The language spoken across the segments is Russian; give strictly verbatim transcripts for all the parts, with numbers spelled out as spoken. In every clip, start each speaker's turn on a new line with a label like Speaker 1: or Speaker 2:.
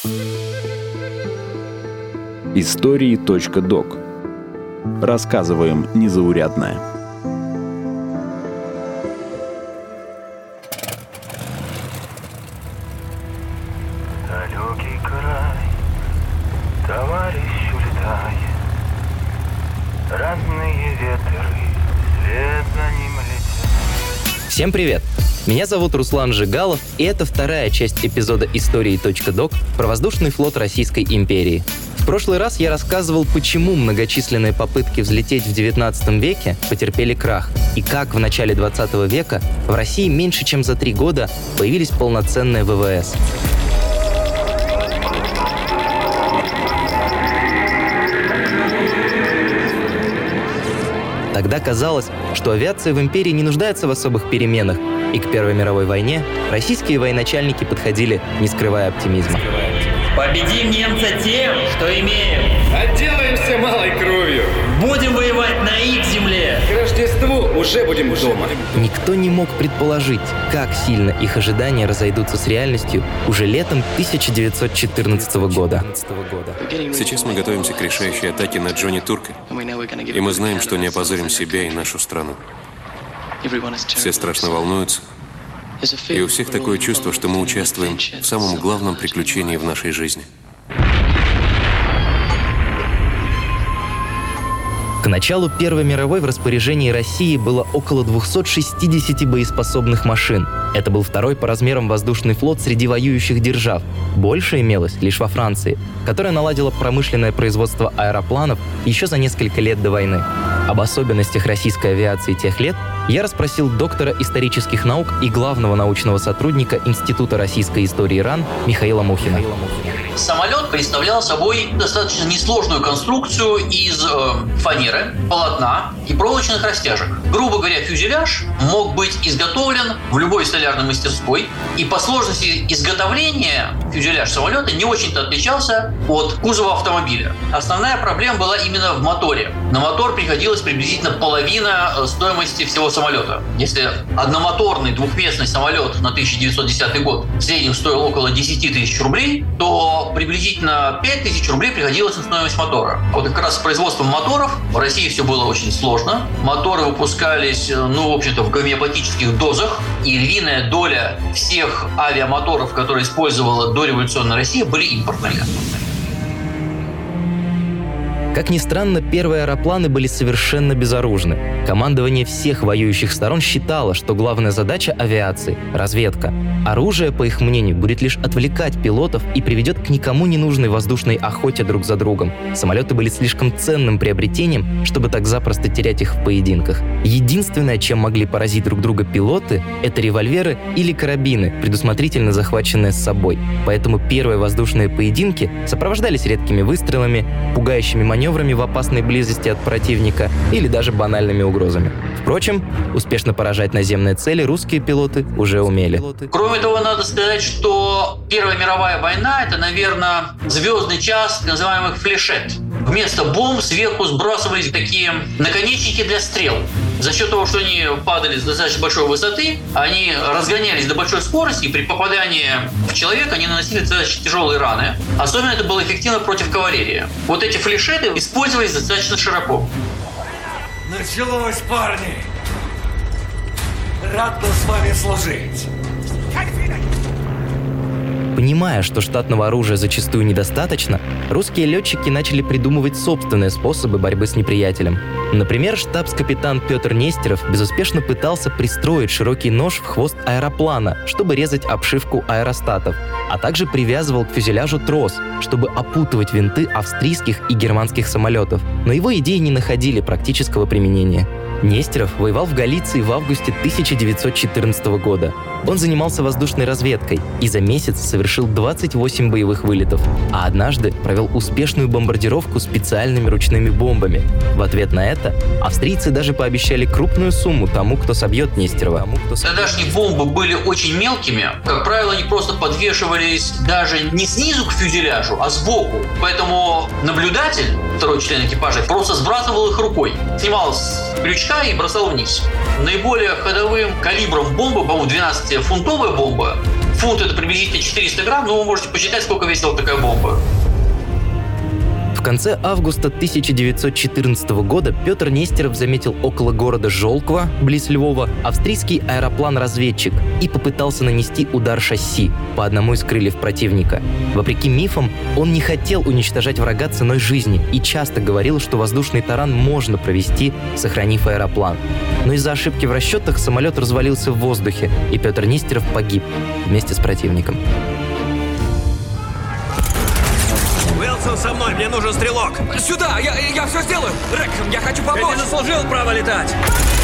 Speaker 1: истории точка док. Рассказываем незаурядное.
Speaker 2: Далекий край, товарищ улетай, разные ветры, вслед за ним летят.
Speaker 3: Всем привет! Меня зовут Руслан Жигалов, и это вторая часть эпизода истории точка док про воздушный флот Российской империи. В прошлый раз я рассказывал, почему многочисленные попытки взлететь в девятнадцатом веке потерпели крах, и как в начале двадцатого века в России меньше чем за три года появились полноценные вэ вэ эс. Тогда казалось, что авиация в империи не нуждается в особых переменах, и к Первой мировой войне российские военачальники подходили, не скрывая оптимизма.
Speaker 4: Победим немца тем, что имеем.
Speaker 5: Отделаемся малой кровью.
Speaker 4: Будем воевать на их земле.
Speaker 5: К Рождеству уже будем дома.
Speaker 3: Никто не мог предположить, как сильно их ожидания разойдутся с реальностью уже летом тысяча девятьсот четырнадцатого года.
Speaker 6: Сейчас мы готовимся к решающей атаке на Джонни Турка. И мы знаем, что не опозорим себя и нашу страну. Все страшно волнуются. И у всех такое чувство, что мы участвуем в самом главном приключении в нашей жизни.
Speaker 3: К началу Первой мировой в распоряжении России было около двухсот шестидесяти боеспособных машин. Это был второй по размерам воздушный флот среди воюющих держав. Больше имелось лишь во Франции, которая наладила промышленное производство аэропланов еще за несколько лет до войны. Об особенностях российской авиации тех лет я расспросил доктора исторических наук и главного научного сотрудника Института российской истории РАН Михаила Мухина.
Speaker 7: Самолет представлял собой достаточно несложную конструкцию из э, фанеры, полотна и проволочных растяжек. Грубо говоря, фюзеляж мог быть изготовлен в любой столярной мастерской, и по сложности изготовления фюзеляж самолета не очень-то отличался от кузова автомобиля. Основная проблема была именно в моторе. На мотор приходилось приблизительно половина стоимости всего самолета. Если одномоторный двухместный самолет на тысяча девятьсот десятый год в среднем стоил около десять тысяч рублей, то приблизительно пять тысяч рублей приходилось на стоимость мотора. Вот как раз с производством моторов в России все было очень сложно. Моторы выпускались, ну, в общем-то, в гомеопатических дозах, и львиная доля всех авиамоторов, которые использовала дореволюционная Россия, были импортными.
Speaker 3: Как ни странно, первые аэропланы были совершенно безоружны. Командование всех воюющих сторон считало, что главная задача авиации – разведка. Оружие, по их мнению, будет лишь отвлекать пилотов и приведет к никому не нужной воздушной охоте друг за другом. Самолеты были слишком ценным приобретением, чтобы так запросто терять их в поединках. Единственное, чем могли поразить друг друга пилоты – это револьверы или карабины, предусмотрительно захваченные с собой. Поэтому первые воздушные поединки сопровождались редкими выстрелами, пугающими маневрами в опасной близости от противника или даже банальными угрозами. Впрочем, успешно поражать наземные цели русские пилоты уже умели.
Speaker 7: Кроме того, надо сказать, что Первая мировая война – это, наверное, звездный час так называемых флешет. Вместо бомб сверху сбрасывались такие наконечники для стрел. За счет того, что они падали с достаточно большой высоты, они разгонялись до большой скорости, и при попадании в человека они наносили достаточно тяжелые раны. Особенно это было эффективно против кавалерии. Вот эти флешеты использовались достаточно широко.
Speaker 8: Началось, парни! Рад был с вами служить.
Speaker 3: Понимая, что штатного оружия зачастую недостаточно, русские летчики начали придумывать собственные способы борьбы с неприятелем. Например, штабс-капитан Петр Нестеров безуспешно пытался пристроить широкий нож в хвост аэроплана, чтобы резать обшивку аэростатов, а также привязывал к фюзеляжу трос, чтобы опутывать винты австрийских и германских самолетов. Но его идеи не находили практического применения. Нестеров воевал в Галиции в августе тысяча девятьсот четырнадцатого года. Он занимался воздушной разведкой и за месяц совершил двадцать восемь боевых вылетов, а однажды провел успешную бомбардировку специальными ручными бомбами. В ответ на это австрийцы даже пообещали крупную сумму тому, кто собьет Нестерова.
Speaker 7: Тогдашние бомбы были очень мелкими. Как правило, они просто подвешивались даже не снизу к фюзеляжу, а сбоку. Поэтому наблюдатель, второй член экипажа, просто сбрасывал их рукой. Снимал с крючка и бросал вниз. Наиболее ходовым калибром бомбы, по-моему, двенадцатифунтовая бомба, Фунт — это приблизительно четыреста грамм, но вы можете посчитать, сколько весила такая бомба.
Speaker 3: В конце августа тысяча девятьсот четырнадцатого года Петр Нестеров заметил около города Жолква, близ Львова, австрийский аэроплан-разведчик и попытался нанести удар шасси по одному из крыльев противника. Вопреки мифам, он не хотел уничтожать врага ценой жизни и часто говорил, что воздушный таран можно провести, сохранив аэроплан. Но из-за ошибки в расчетах самолет развалился в воздухе, и Петр Нестеров погиб вместе с противником.
Speaker 8: Уилсон, со мной, мне нужен стрелок.
Speaker 9: Сюда, я, я все сделаю. Рэкхэм, я хочу помочь.
Speaker 8: Ты не заслужил право летать.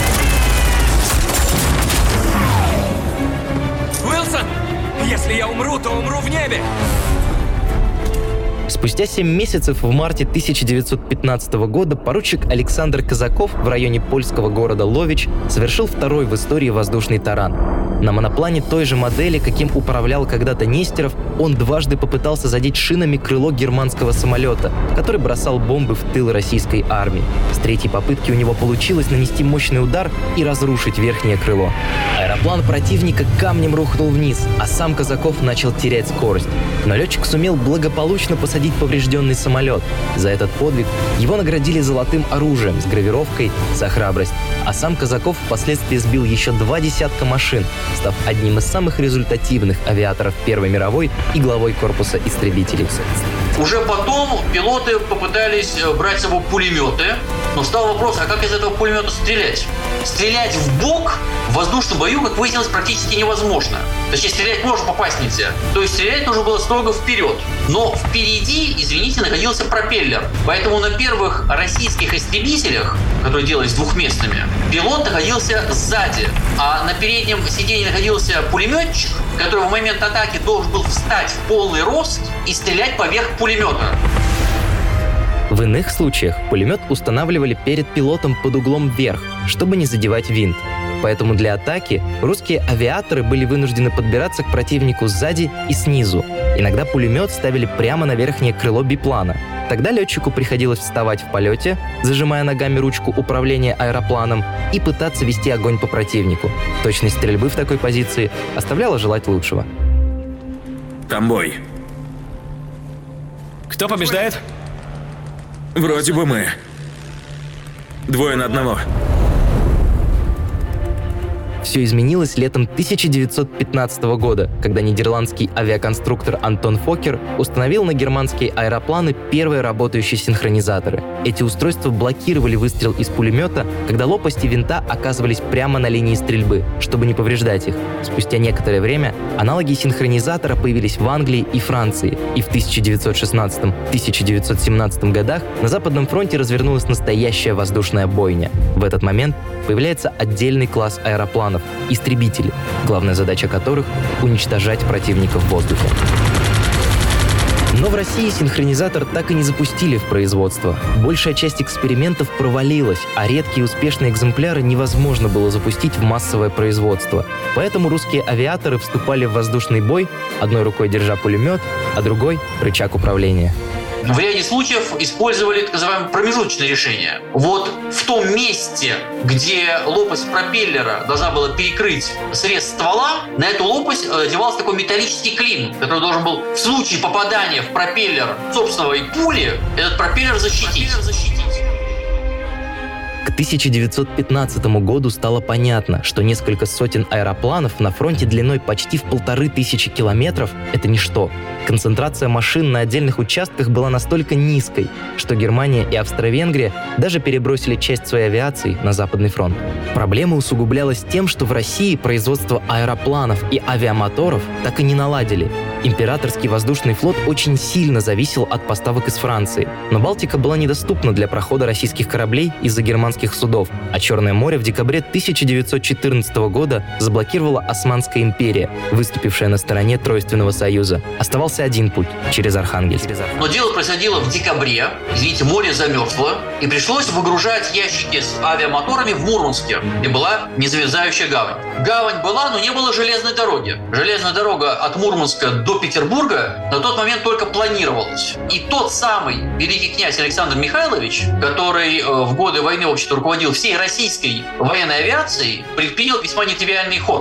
Speaker 9: Уилсон, если я умру, то умру в небе.
Speaker 3: Спустя семь месяцев, в марте тысяча девятьсот пятнадцатого года, поручик Александр Казаков в районе польского города Лович совершил второй в истории воздушный таран. На моноплане той же модели, каким управлял когда-то Нестеров, он дважды попытался задеть шинами крыло германского самолета, который бросал бомбы в тыл российской армии. С третьей попытки у него получилось нанести мощный удар и разрушить верхнее крыло. Аэроплан противника камнем рухнул вниз, а сам Казаков начал терять скорость. Но летчик сумел благополучно посадить поврежденный самолет. За этот подвиг его наградили золотым оружием с гравировкой «За храбрость». А сам Казаков впоследствии сбил еще два десятка машин, став одним из самых результативных авиаторов Первой мировой и главой корпуса истребителей.
Speaker 7: Уже потом пилоты попытались брать с собой пулеметы, но стал вопрос, а как из этого пулемета стрелять? Стрелять в бок в воздушном бою, как выяснилось, практически невозможно. Точнее, стрелять можно, попасть нельзя. То есть стрелять нужно было строго вперед. Но впереди, извините, находился пропеллер. Поэтому на первых российских истребителях, которые делались двухместными, пилот находился сзади, а на переднем сиденье находился пулеметчик, который в момент атаки должен был встать в полный рост и стрелять поверх пулемета.
Speaker 3: В иных случаях пулемет устанавливали перед пилотом под углом вверх, чтобы не задевать винт. Поэтому для атаки русские авиаторы были вынуждены подбираться к противнику сзади и снизу. Иногда пулемет ставили прямо на верхнее крыло биплана. Тогда летчику приходилось вставать в полете, зажимая ногами ручку управления аэропланом, и пытаться вести огонь по противнику. Точность стрельбы в такой позиции оставляла желать лучшего.
Speaker 10: Там бой.
Speaker 9: Кто побеждает?
Speaker 10: Вроде бы мы. Двое на одного.
Speaker 3: Все изменилось летом тысяча девятьсот пятнадцатого года, когда нидерландский авиаконструктор Антон Фокер установил на германские аэропланы первые работающие синхронизаторы. Эти устройства блокировали выстрел из пулемета, когда лопасти винта оказывались прямо на линии стрельбы, чтобы не повреждать их. Спустя некоторое время аналоги синхронизатора появились в Англии и Франции, и в тысяча девятьсот шестнадцатом — тысяча девятьсот семнадцатом годах на Западном фронте развернулась настоящая воздушная бойня. В этот момент появляется отдельный класс аэропланов — истребители, главная задача которых — уничтожать противника в воздухе. Но в России синхронизатор так и не запустили в производство. Большая часть экспериментов провалилась, а редкие успешные экземпляры невозможно было запустить в массовое производство. Поэтому русские авиаторы вступали в воздушный бой, одной рукой держа пулемет, а другой — рычаг управления.
Speaker 7: В ряде случаев использовали так называемое промежуточное решение. Вот в том месте, где лопасть пропеллера должна была перекрыть срез ствола, на эту лопасть одевался такой металлический клин, который должен был в случае попадания в пропеллер собственной пули этот пропеллер защитить.
Speaker 3: К тысяча девятьсот пятнадцатому году стало понятно, что несколько сотен аэропланов на фронте длиной почти в полторы тысячи километров — это ничто. Концентрация машин на отдельных участках была настолько низкой, что Германия и Австро-Венгрия даже перебросили часть своей авиации на Западный фронт. Проблема усугублялась тем, что в России производство аэропланов и авиамоторов так и не наладили. Императорский воздушный флот очень сильно зависел от поставок из Франции, но Балтика была недоступна для прохода российских кораблей из-за германских судов, а Черное море в декабре тысяча девятьсот четырнадцатого года заблокировала Османская империя, выступившая на стороне Тройственного союза. Оставался один путь — через Архангельск.
Speaker 7: Но дело происходило в декабре, извините, море замерзло, и пришлось выгружать ящики с авиамоторами в Мурманске, где была незавязающая гавань. Гавань была, но не было железной дороги. Железная дорога от Мурманска до Петербурга на тот момент только планировалась. И тот самый великий князь Александр Михайлович, который в годы войны, в общем-то, руководил всей российской военной авиацией, предпринял весьма нетривиальный ход.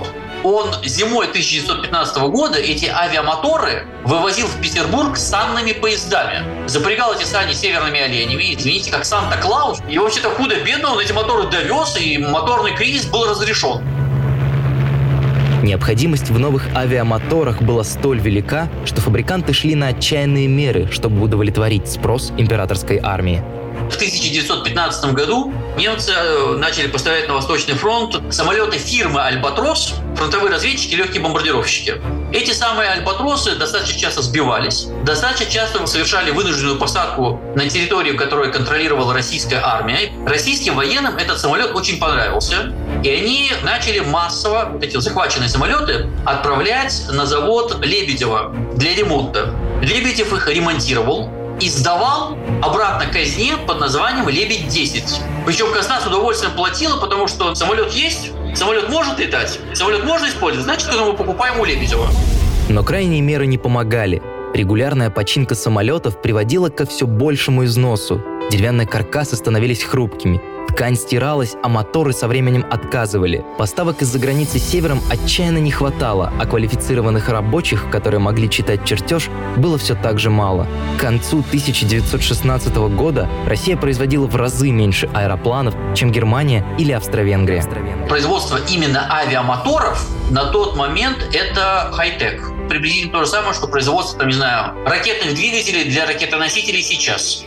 Speaker 7: он зимой тысяча девятьсот пятнадцатого года эти авиамоторы вывозил в Петербург санными поездами. Запрягал эти сани северными оленями, извините, как Санта-Клаус. И вообще-то худо-бедно он эти моторы довез, и моторный кризис был разрешен.
Speaker 3: Необходимость в новых авиамоторах была столь велика, что фабриканты шли на отчаянные меры, чтобы удовлетворить спрос императорской армии.
Speaker 7: В тысяча девятьсот пятнадцатом году немцы начали поставлять на Восточный фронт самолеты фирмы «Альбатрос», фронтовые разведчики, легкие бомбардировщики. Эти самые «Альбатросы» достаточно часто сбивались, достаточно часто совершали вынужденную посадку на территорию, которую контролировала российская армия. Российским военным этот самолет очень понравился, и они начали массово вот эти захваченные самолеты отправлять на завод Лебедева для ремонта. Лебедев их ремонтировал и сдавал обратно казне под названием «Лебедь-десять». Причем казна с удовольствием платила, потому что самолет есть, самолет может летать, самолет можно использовать, значит, мы покупаем у Лебедева.
Speaker 3: Но крайние меры не помогали. Регулярная починка самолетов приводила ко все большему износу. Деревянные каркасы становились хрупкими. Ткань стиралась, а моторы со временем отказывали. Поставок из-за границы севером отчаянно не хватало, а квалифицированных рабочих, которые могли читать чертеж, было все так же мало. К концу тысяча девятьсот шестнадцатого года Россия производила в разы меньше аэропланов, чем Германия или Австро-Венгрия.
Speaker 7: Производство именно авиамоторов на тот момент – это хай-тек. Приблизительно то же самое, что производство, там, не знаю, ракетных двигателей для ракетоносителей сейчас.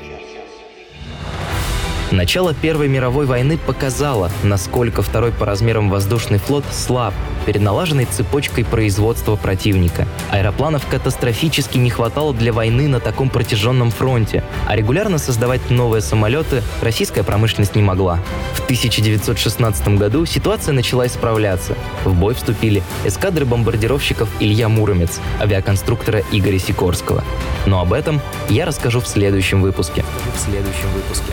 Speaker 3: Начало Первой мировой войны показало, насколько второй по размерам воздушный флот слаб перед налаженной цепочкой производства противника. Аэропланов катастрофически не хватало для войны на таком протяженном фронте, а регулярно создавать новые самолеты российская промышленность не могла. В тысяча девятьсот шестнадцатом году ситуация начала исправляться. В бой вступили эскадры бомбардировщиков Илья Муромец, авиаконструктора Игоря Сикорского. Но об этом я расскажу в следующем выпуске. В следующем выпуске.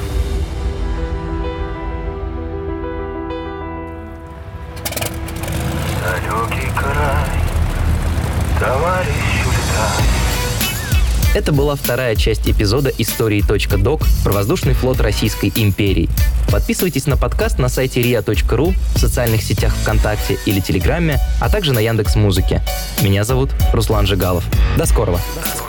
Speaker 2: Далекий край, товарищ, улетай.
Speaker 3: Это была вторая часть эпизода «Истории.док» про воздушный флот Российской империи. Подписывайтесь на подкаст на сайте риа точка ру, в социальных сетях ВКонтакте или Телеграме, а также на Яндекс.Музыке. Меня зовут Руслан Жигалов. До скорого!